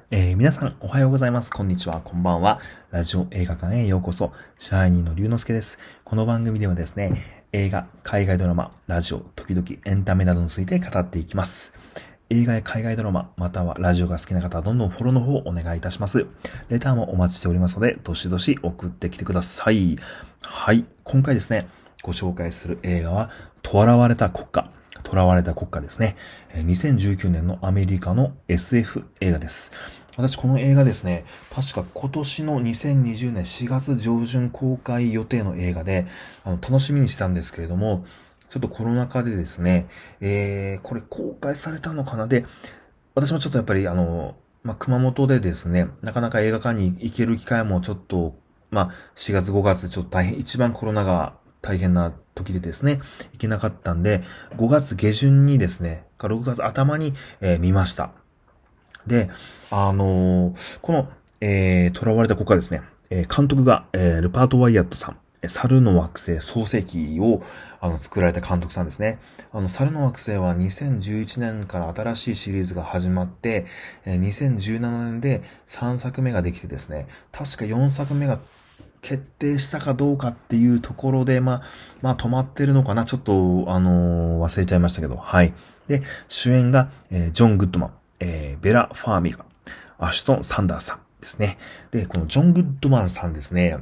皆さんおはようございます。こんにちは。こんばんは。ラジオ映画館へようこそ。支配人の龍之介です。この番組ではですね、映画、海外ドラマ、ラジオ、時々エンタメなどについて語っていきます。映画や海外ドラマ、またはラジオが好きな方はどんどんフォローの方をお願いいたします。レターもお待ちしておりますので、どしどし送ってきてください。はい。今回ですね、ご紹介する映画は、囚われた国家。囚われた国家ですね。2019年のアメリカの SF 映画です。私この映画ですね、確か今年の2020年4月上旬公開予定の映画で、楽しみにしたんですけれども、ちょっとコロナ禍でですね、これ公開されたのかなで、私もちょっとやっぱり熊本でですね、なかなか映画館に行ける機会もちょっと、4月5月ちょっと大変、一番コロナが大変な時でですね、行けなかったんで、5月下旬にですね、6月頭に、見ました。で、この、囚われた国家ですね、監督が、ルパート・ワイヤットさん、猿の惑星創世記を作られた監督さんですね。猿の惑星は2011年から新しいシリーズが始まって、2017年で3作目ができてですね、確か4作目が決定したかどうかっていうところで、止まってるのかなちょっと、忘れちゃいましたけど、はい。で、主演が、ジョン・グッドマン、ベラ・ファーミガ、アシュトン・サンダースさんですね。で、このジョン・グッドマンさんですね、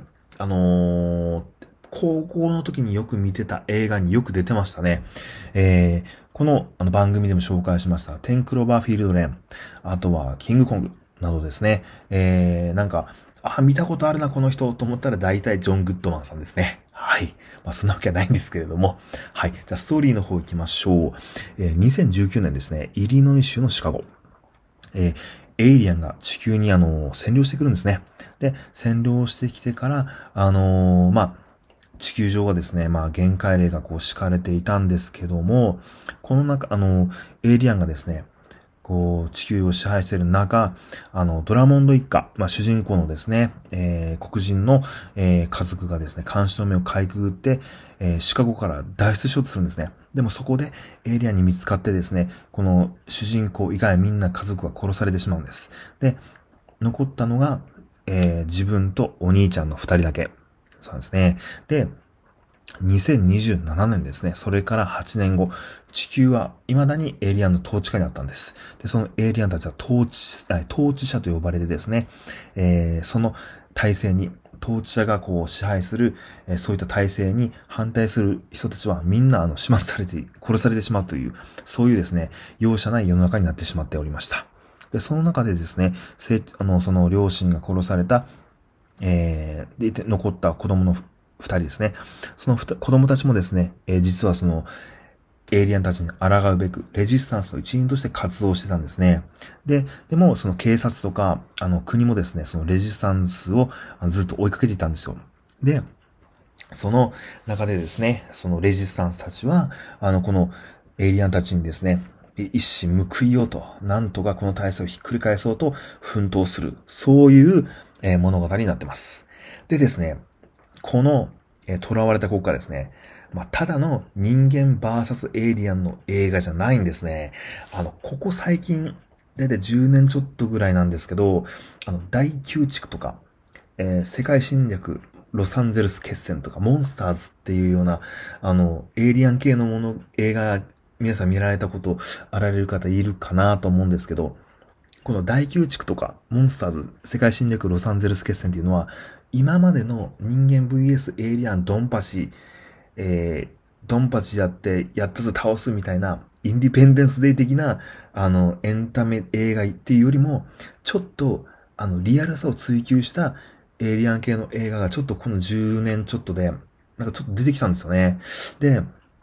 高校の時によく見てた映画によく出てましたね。この番組でも紹介しました、テンクローバーフィールドレーン、あとはキングコングなどですね。見たことあるな、この人と思ったら大体ジョン・グッドマンさんですね。はい。そんなわけはないんですけれども。はい。じゃあ、ストーリーの方行きましょう。2019年ですね、イリノイ州のシカゴ。エイリアンが地球に占領してくるんですね。で、占領してきてから、地球上がですね、限界令が敷かれていたんですけども、この中、エイリアンがですね、地球を支配している中、ドラモンド一家、主人公のですね、黒人の、家族がですね、監視の目をかいくぐって、シカゴから脱出しようとするんですね。でもそこでエイリアンに見つかってですね、この主人公以外みんな家族が殺されてしまうんです。で、残ったのが、自分とお兄ちゃんの二人だけ。そうですね。で、2027年ですね。それから8年後、地球は未だにエイリアンの統治下にあったんです。で、そのエイリアンたちは統治者と呼ばれてですね、その体制に、統治者が支配する、そういった体制に反対する人たちはみんな始末されて、殺されてしまうという、そういうですね、容赦ない世の中になってしまっておりました。で、その中でですね、その両親が殺された、で、残った子供の二人ですね。その子供たちもですね、実はその、エイリアンたちに抗うべく、レジスタンスの一員として活動してたんですね。でも、その警察とか、国もですね、そのレジスタンスをずっと追いかけていたんですよ。で、その中でですね、そのレジスタンスたちは、このエイリアンたちにですね、一矢報いようと、なんとかこの体制をひっくり返そうと奮闘する、そういう、物語になってます。でですね、この、囚われた国家ですね。ただの人間バーサスエイリアンの映画じゃないんですね。ここ最近、だいたい10年ちょっとぐらいなんですけど、大宮地区とか、世界侵略、ロサンゼルス決戦とか、モンスターズっていうような、エイリアン系の映画、皆さん見られたことあられる方いるかなと思うんですけど、この大宮地区とか、モンスターズ、世界侵略ロサンゼルス決戦っていうのは、今までの人間 VS エイリアンドンパチ、ドンパチやってやったぞ倒すみたいな、インディペンデンスデイ的な、エンタメ映画っていうよりも、ちょっと、リアルさを追求したエイリアン系の映画がちょっとこの10年ちょっとで、なんかちょっと出てきたんですよね。で、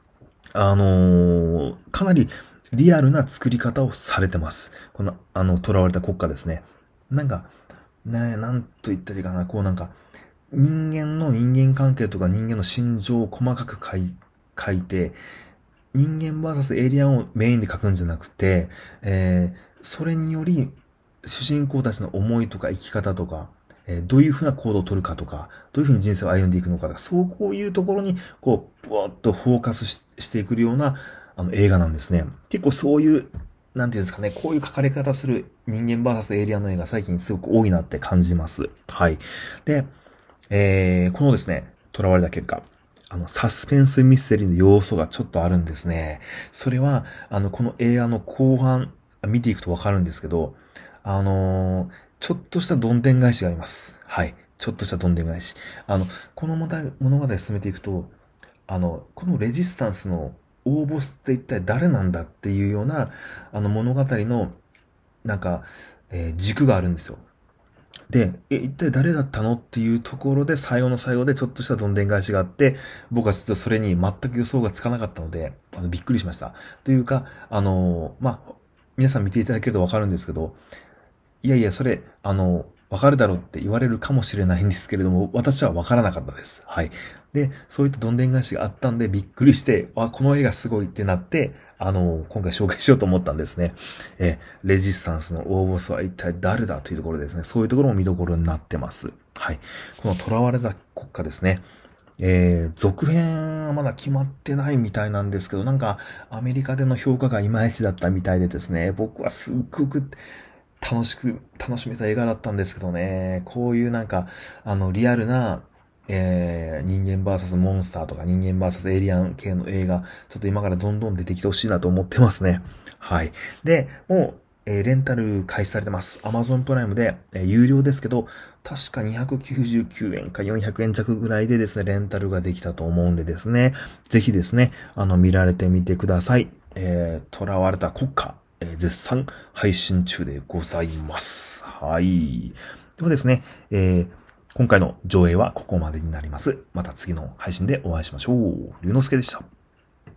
かなりリアルな作り方をされてます。この、囚われた国家ですね。なんか、ね、なんと言ったらいいかな、人間の人間関係とか人間の心情を細かく書いて、人間 VS エイリアンをメインで書くんじゃなくて、それにより、主人公たちの思いとか生き方とか、どういうふうな行動を取るかとか、どういうふうに人生を歩んでいくのかとか、そういうところに、ブワッとフォーカスしていくような、映画なんですね。結構そういうなんていうんですかね、こういう書かれ方する人間 VS エイリアンの映画最近すごく多いなって感じます。はい。で、このですね、囚われた結果、サスペンスミステリーの要素がちょっとあるんですね。それは、この映画の後半、見ていくとわかるんですけど、あのーちょっとしたどんでん返しがあります。はい。ちょっとしたどんでん返し。この物語進めていくと、このレジスタンスの大ボスって一体誰なんだっていうような、物語の、なんか、軸があるんですよ。で、一体誰だったのっていうところで、最後の最後でちょっとしたどんでん返しがあって、僕はちょっとそれに全く予想がつかなかったので、びっくりしました。というか、皆さん見ていただけるとわかるんですけど、いやいや、それ、わかるだろうって言われるかもしれないんですけれども、私はわからなかったです。はい。で、そういったどんでん返しがあったんで、びっくりして、この映画すごいってなって、今回紹介しようと思ったんですね。レジスタンスの大ボスは一体誰だというところですね。そういうところも見どころになってます。はい。この囚われた国家ですね。続編はまだ決まってないみたいなんですけど、なんかアメリカでの評価がいまいちだったみたいでですね、僕はすっごく楽しめた映画だったんですけどね、こういうなんか、リアルな、人間 VS モンスターとか人間 VS エイリアン系の映画、ちょっと今からどんどん出てきてほしいなと思ってますね。はい。で、もう、レンタル開始されてます。Amazon プライムで、有料ですけど、確か299円か400円弱ぐらいでですね、レンタルができたと思うんでですね、ぜひですね、見られてみてください。囚われた国家、絶賛配信中でございます。はい。ではですね、今回の上映はここまでになります。また次の配信でお会いしましょう。龍之介でした。